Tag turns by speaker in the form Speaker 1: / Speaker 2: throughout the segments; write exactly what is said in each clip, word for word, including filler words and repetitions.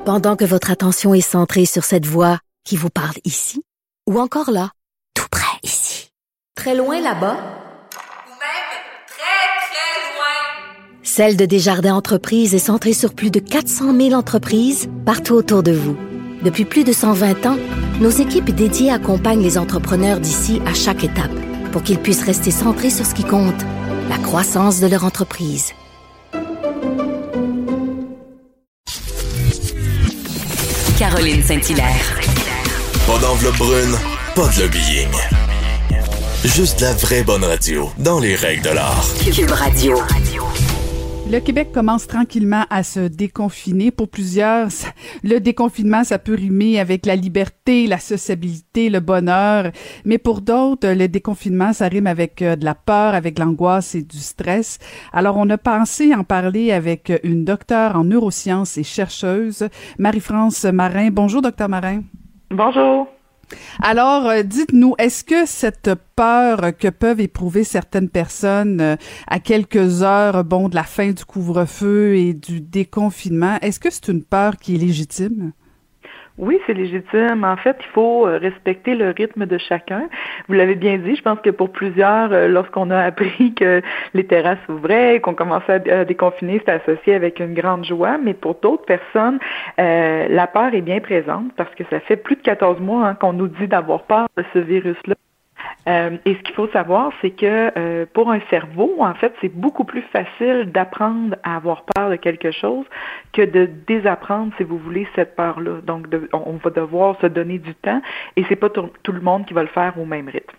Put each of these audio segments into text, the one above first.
Speaker 1: Pendant que votre attention est centrée sur cette voix qui vous parle ici, ou encore là, tout près ici, très loin là-bas,
Speaker 2: ou même très, très loin.
Speaker 1: Celle de Desjardins Entreprises est centrée sur plus de quatre cent mille entreprises partout autour de vous. Depuis plus de cent vingt ans, nos équipes dédiées accompagnent les entrepreneurs d'ici à chaque étape pour qu'ils puissent rester centrés sur ce qui compte, la croissance de leur entreprise.
Speaker 3: Caroline Saint-Hilaire.
Speaker 4: Pas d'enveloppe brune, pas de lobbying. Juste la vraie bonne radio, dans les règles de l'art.
Speaker 3: Cube Radio.
Speaker 5: Le Québec commence tranquillement à se déconfiner. Pour plusieurs, le déconfinement, ça peut rimer avec la liberté, la sociabilité, le bonheur. Mais pour d'autres, le déconfinement, ça rime avec de la peur, avec l'angoisse et du stress. Alors, on a pensé en parler avec une docteure en neurosciences et chercheuse, Marie-France Marin. Bonjour, docteur Marin.
Speaker 6: Bonjour.
Speaker 5: Alors, euh, dites-nous, est-ce que cette peur que peuvent éprouver certaines personnes euh, à quelques heures, bon, de la fin du couvre-feu et du déconfinement, est-ce que c'est une peur qui est légitime?
Speaker 6: Oui, c'est légitime. En fait, il faut respecter le rythme de chacun. Vous l'avez bien dit, je pense que pour plusieurs, lorsqu'on a appris que les terrasses s'ouvraient, qu'on commençait à déconfiner, c'était associé avec une grande joie. Mais pour d'autres personnes, euh, la peur est bien présente parce que ça fait plus de quatorze mois hein, qu'on nous dit d'avoir peur de ce virus-là. Euh, et ce qu'il faut savoir, c'est que euh, pour un cerveau, en fait, c'est beaucoup plus facile d'apprendre à avoir peur de quelque chose que de désapprendre, si vous voulez, cette peur-là. Donc, de, on va devoir se donner du temps et c'est pas tout, tout le monde qui va le faire au même rythme.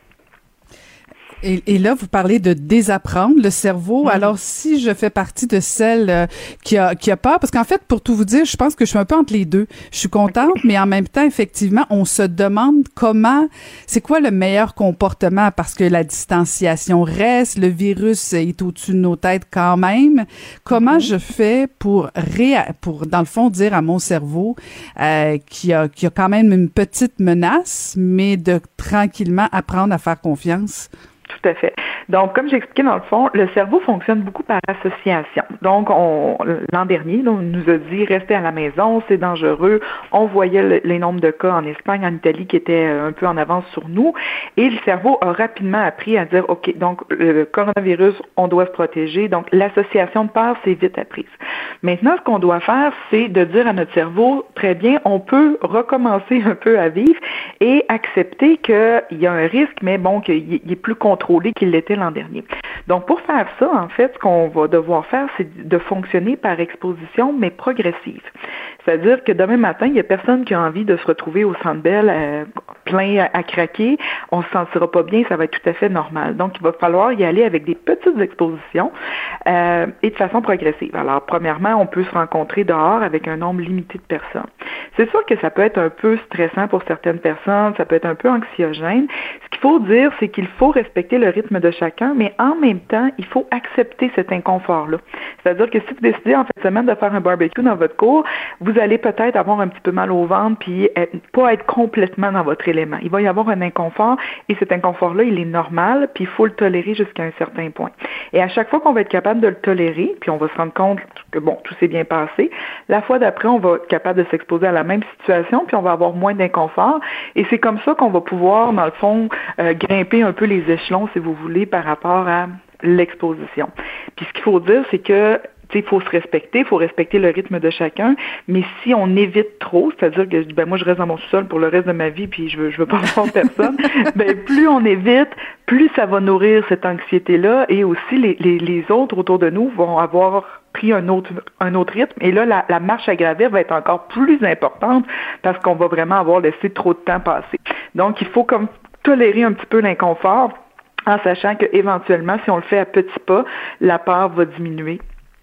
Speaker 5: Et, et là, vous parlez de désapprendre le cerveau. Mmh. Alors, si je fais partie de celle euh, qui a qui a peur, parce qu'en fait, pour tout vous dire, je pense que je suis un peu entre les deux. Je suis contente, mais en même temps, effectivement, on se demande comment, c'est quoi le meilleur comportement, parce que la distanciation reste, le virus est au-dessus de nos têtes quand même. Comment mmh. je fais pour réa- pour dans le fond dire à mon cerveau euh, qui a qui a quand même une petite menace, mais de tranquillement apprendre à faire confiance?
Speaker 6: Tout à fait. Donc, comme j'expliquais dans le fond, le cerveau fonctionne beaucoup par association. Donc, on, l'an dernier, là, on nous a dit restez à la maison, c'est dangereux. On voyait le, les nombres de cas en Espagne, en Italie qui étaient un peu en avance sur nous. Et le cerveau a rapidement appris à dire OK, donc le coronavirus, on doit se protéger. Donc, l'association de peur, c'est vite apprise. Maintenant, ce qu'on doit faire, c'est de dire à notre cerveau, très bien, on peut recommencer un peu à vivre et accepter qu'il y a un risque, mais bon, qu'il est plus contrôlé qu'il l'était l'an dernier. Donc, pour faire ça, en fait, ce qu'on va devoir faire, c'est de fonctionner par exposition, mais progressive. C'est-à-dire que demain matin, il n'y a personne qui a envie de se retrouver au Centre Bell euh, plein à, à craquer. On ne se sentira pas bien, ça va être tout à fait normal. Donc, il va falloir y aller avec des petites expositions euh, et de façon progressive. Alors, premièrement, on peut se rencontrer dehors avec un nombre limité de personnes. C'est sûr que ça peut être un peu stressant pour certaines personnes, ça peut être un peu anxiogène. Ce qu'il faut dire, c'est qu'il faut respecter le rythme de chacun, mais en même temps, il faut accepter cet inconfort-là. C'est-à-dire que si vous décidez en fin de semaine de faire un barbecue dans votre cour, vous allez peut-être avoir un petit peu mal au ventre puis être, pas être complètement dans votre élément. Il va y avoir un inconfort et cet inconfort-là, il est normal puis il faut le tolérer jusqu'à un certain point. Et à chaque fois qu'on va être capable de le tolérer, puis on va se rendre compte que bon, tout s'est bien passé, la fois d'après, on va être capable de s'exposer à la même situation puis on va avoir moins d'inconfort et c'est comme ça qu'on va pouvoir, dans le fond, euh, grimper un peu les échelons, si vous voulez, par rapport à l'exposition. Puis ce qu'il faut dire, c'est que il faut se respecter, il faut respecter le rythme de chacun, mais si on évite trop, c'est-à-dire que ben moi je reste dans mon sous-sol pour le reste de ma vie puis je veux je veux pas voir personne, ben plus on évite, plus ça va nourrir cette anxiété-là et aussi les, les, les autres autour de nous vont avoir pris un autre un autre rythme et là la, la marche à gravir va être encore plus importante parce qu'on va vraiment avoir laissé trop de temps passer. Donc il faut comme tolérer un petit peu l'inconfort en sachant que éventuellement si on le fait à petits pas, la peur va diminuer.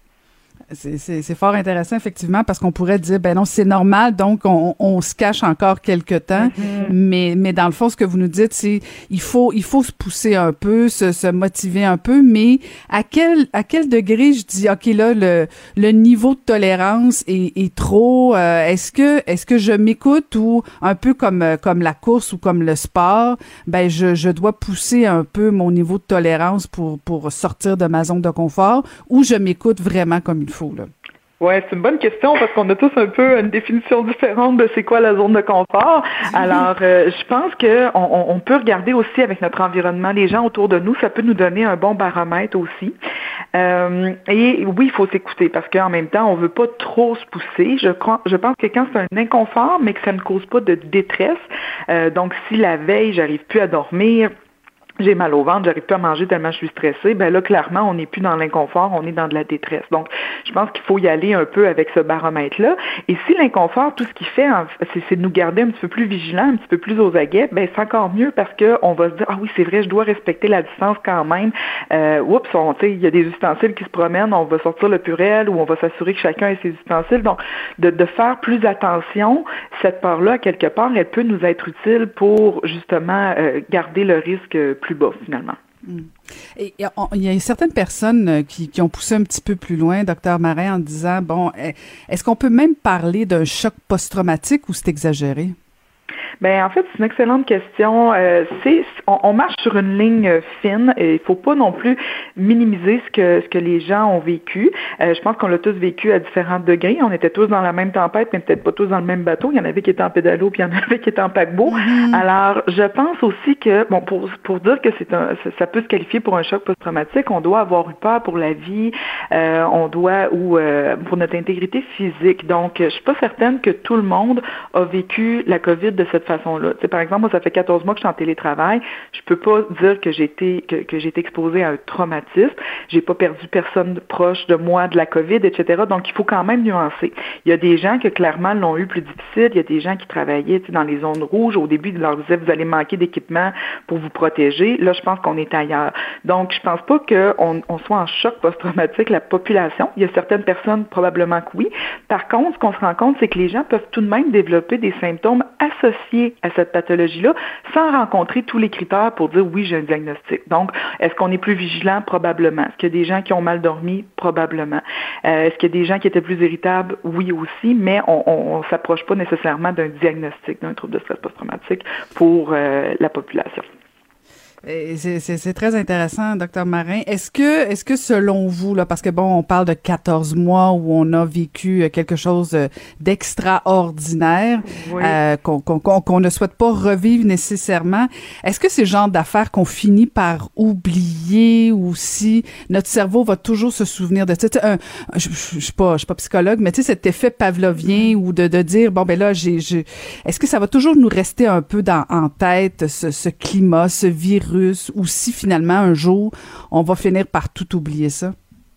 Speaker 5: C'est, c'est, c'est fort intéressant, effectivement, parce qu'on pourrait dire, ben non, c'est normal, donc on, on se cache encore quelque temps. Mm-hmm. Mais, mais dans le fond, ce que vous nous dites, c'est il faut, il faut se pousser un peu, se, se motiver un peu, mais à quel, à quel degré je dis, OK, là, le, le niveau de tolérance est, est trop, euh, est-ce que, est-ce que je m'écoute ou un peu comme, comme la course ou comme le sport, ben, je, je dois pousser un peu mon niveau de tolérance pour, pour sortir de ma zone de confort ou je m'écoute vraiment comme il faut, là?
Speaker 6: Oui, c'est une bonne question parce qu'on a tous un peu une définition différente de c'est quoi la zone de confort. Alors, euh, je pense que on, on peut regarder aussi avec notre environnement, les gens autour de nous, ça peut nous donner un bon baromètre aussi. Euh, et oui, il faut s'écouter parce qu'en même temps, on veut pas trop se pousser. Je crois, je pense que quand c'est un inconfort, mais que ça ne cause pas de détresse, euh, donc si la veille, j'arrive plus à dormir, j'ai mal au ventre, j'arrive plus à manger tellement je suis stressée, ben là, clairement, on n'est plus dans l'inconfort, on est dans de la détresse. Donc, je pense qu'il faut y aller un peu avec ce baromètre-là. Et si l'inconfort, tout ce qu'il fait, c'est, c'est de nous garder un petit peu plus vigilants, un petit peu plus aux aguets, ben c'est encore mieux parce que on va se dire, ah oui, c'est vrai, je dois respecter la distance quand même. Euh, oups, on, tu sais, il y a des ustensiles qui se promènent, on va sortir le purel ou on va s'assurer que chacun ait ses ustensiles. Donc, de, de faire plus attention, cette part-là, quelque part, elle peut nous être utile pour, justement, euh, garder le risque plus bas, finalement.
Speaker 5: Et il y a certaines personnes qui, qui ont poussé un petit peu plus loin, docteur Marin, en disant, bon, est-ce qu'on peut même parler d'un choc post-traumatique ou c'est exagéré?
Speaker 6: Ben en fait, c'est une excellente question. Euh, c'est on, on marche sur une ligne fine et il faut pas non plus minimiser ce que ce que les gens ont vécu. Euh, je pense qu'on l'a tous vécu à différents degrés. On était tous dans la même tempête, mais peut-être pas tous dans le même bateau. Il y en avait qui étaient en pédalo, puis il y en avait qui étaient en paquebot. Mm-hmm. Alors, je pense aussi que bon pour pour dire que c'est un ça peut se qualifier pour un choc post-traumatique, on doit avoir eu peur pour la vie, euh, on doit ou euh, pour notre intégrité physique. Donc, je suis pas certaine que tout le monde a vécu la COVID de cette façon-là. Tu sais, par exemple, moi, ça fait quatorze mois que je suis en télétravail. Je peux pas dire que j'ai été que, que j'ai été exposée à un traumatisme. J'ai pas perdu personne proche de moi de la COVID, et cetera. Donc, il faut quand même nuancer. Il y a des gens qui, clairement, l'ont eu plus difficile. Il y a des gens qui travaillaient, tu sais, dans les zones rouges. Au début, ils leur disaient, vous allez manquer d'équipement pour vous protéger. Là, je pense qu'on est ailleurs. Donc, je pense pas qu'on on soit en choc post-traumatique, la population. Il y a certaines personnes, probablement que oui. Par contre, ce qu'on se rend compte, c'est que les gens peuvent tout de même développer des symptômes associés à cette pathologie-là sans rencontrer tous les critères pour dire oui, j'ai un diagnostic. Donc, est-ce qu'on est plus vigilant? Probablement. Est-ce qu'il y a des gens qui ont mal dormi? Probablement. Euh, est-ce qu'il y a des gens qui étaient plus irritables? Oui aussi, mais on ne s'approche pas nécessairement d'un diagnostic d'un trouble de stress post-traumatique pour euh, la population.
Speaker 5: C'est, c'est, c'est très intéressant, docteur Marin. Est-ce que, est-ce que selon vous, là, parce que bon, on parle de quatorze mois où on a vécu quelque chose d'extraordinaire, oui. euh, qu'on, qu'on, qu'on ne souhaite pas revivre nécessairement, est-ce que c'est le genre d'affaires qu'on finit par oublier ou si notre cerveau va toujours se souvenir de ça? Un, je, je, je suis pas, je suis pas psychologue, mais tu sais, cet effet pavlovien ou de, de dire, bon, ben là, j'ai, j'ai, est-ce que ça va toujours nous rester un peu dans, en tête, ce, ce climat, ce virus? Ou si finalement un jour on va finir par tout oublier ça?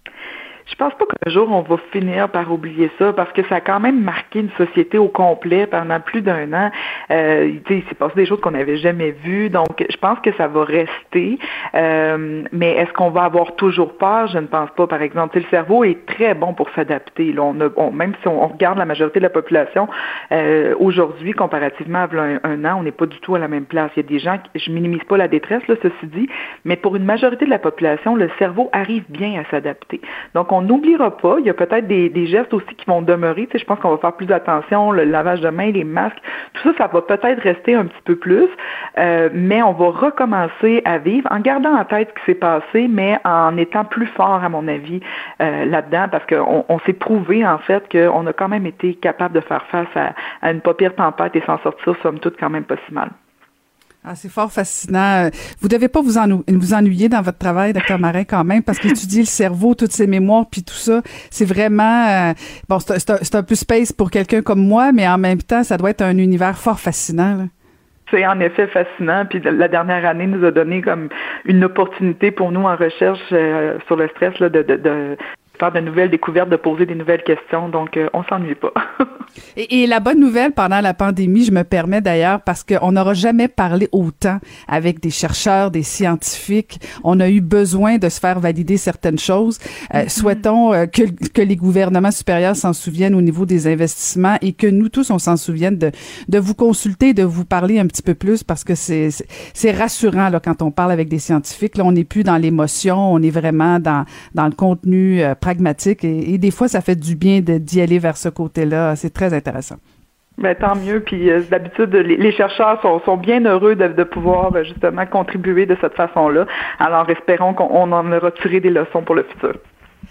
Speaker 6: Je pense pas qu'un jour on va finir par oublier ça parce que ça a quand même marqué une société au complet pendant plus d'un an. Euh, tu sais, il s'est passé des choses qu'on n'avait jamais vues, donc je pense que ça va rester. Euh, mais est-ce qu'on va avoir toujours peur? Je ne pense pas. Par exemple, le cerveau est très bon pour s'adapter. Là, on a, on, même si on, on regarde la majorité de la population euh, aujourd'hui, comparativement à un, un an, on n'est pas du tout à la même place. Il y a des gens, je minimise pas la détresse, là, ceci dit, mais pour une majorité de la population, le cerveau arrive bien à s'adapter. Donc on n'oubliera pas, il y a peut-être des, des gestes aussi qui vont demeurer, tu sais, je pense qu'on va faire plus attention, le lavage de mains, les masques, tout ça, ça va peut-être rester un petit peu plus, euh, mais on va recommencer à vivre en gardant en tête ce qui s'est passé, mais en étant plus fort, à mon avis, euh, là-dedans, parce qu'on on s'est prouvé, en fait, qu'on a quand même été capable de faire face à, à une pas pire tempête et s'en sortir, somme toute, quand même pas si mal.
Speaker 5: Ah, c'est fort fascinant. Vous devez pas vous, ennu- vous ennuyer dans votre travail, docteur Marin, quand même, parce qu'étudier le cerveau, toutes ses mémoires, puis tout ça, c'est vraiment... Euh, bon, c'est un, c'est, un, c'est un peu space pour quelqu'un comme moi, mais en même temps, ça doit être un univers fort fascinant, là.
Speaker 6: C'est en effet fascinant, puis la dernière année nous a donné comme une opportunité pour nous en recherche euh, sur le stress là, de... de, de faire de nouvelles découvertes, de poser des nouvelles questions, donc euh, on s'ennuie pas.
Speaker 5: et, et la bonne nouvelle pendant la pandémie, je me permets d'ailleurs, parce qu'on n'aura jamais parlé autant avec des chercheurs, des scientifiques. On a eu besoin de se faire valider certaines choses. Euh, mm-hmm. Souhaitons euh, que, que les gouvernements supérieurs s'en souviennent au niveau des investissements et que nous tous, on s'en souvienne de, de vous consulter, de vous parler un petit peu plus, parce que c'est, c'est, c'est rassurant là, quand on parle avec des scientifiques. Là, on n'est plus dans l'émotion, on est vraiment dans, dans le contenu euh, pragmatique et, et des fois, ça fait du bien de, d'y aller vers ce côté-là. C'est très intéressant.
Speaker 6: Ben, tant mieux. Puis euh, d'habitude, les, les chercheurs sont, sont bien heureux de, de pouvoir euh, justement contribuer de cette façon-là. Alors, espérons qu'on on en aura tiré des leçons pour le futur.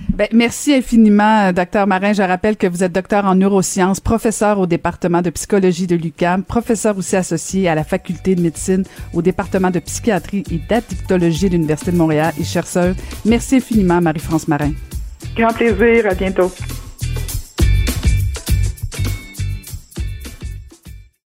Speaker 5: Ben, merci infiniment, docteur Marin. Je rappelle que vous êtes docteur en neurosciences, professeur au département de psychologie de l'U Q A M, professeur aussi associé à la faculté de médecine au département de psychiatrie et d'addictologie de l'Université de Montréal et chercheuse. Merci infiniment, Marie-France Marin.
Speaker 6: Grand plaisir. À bientôt.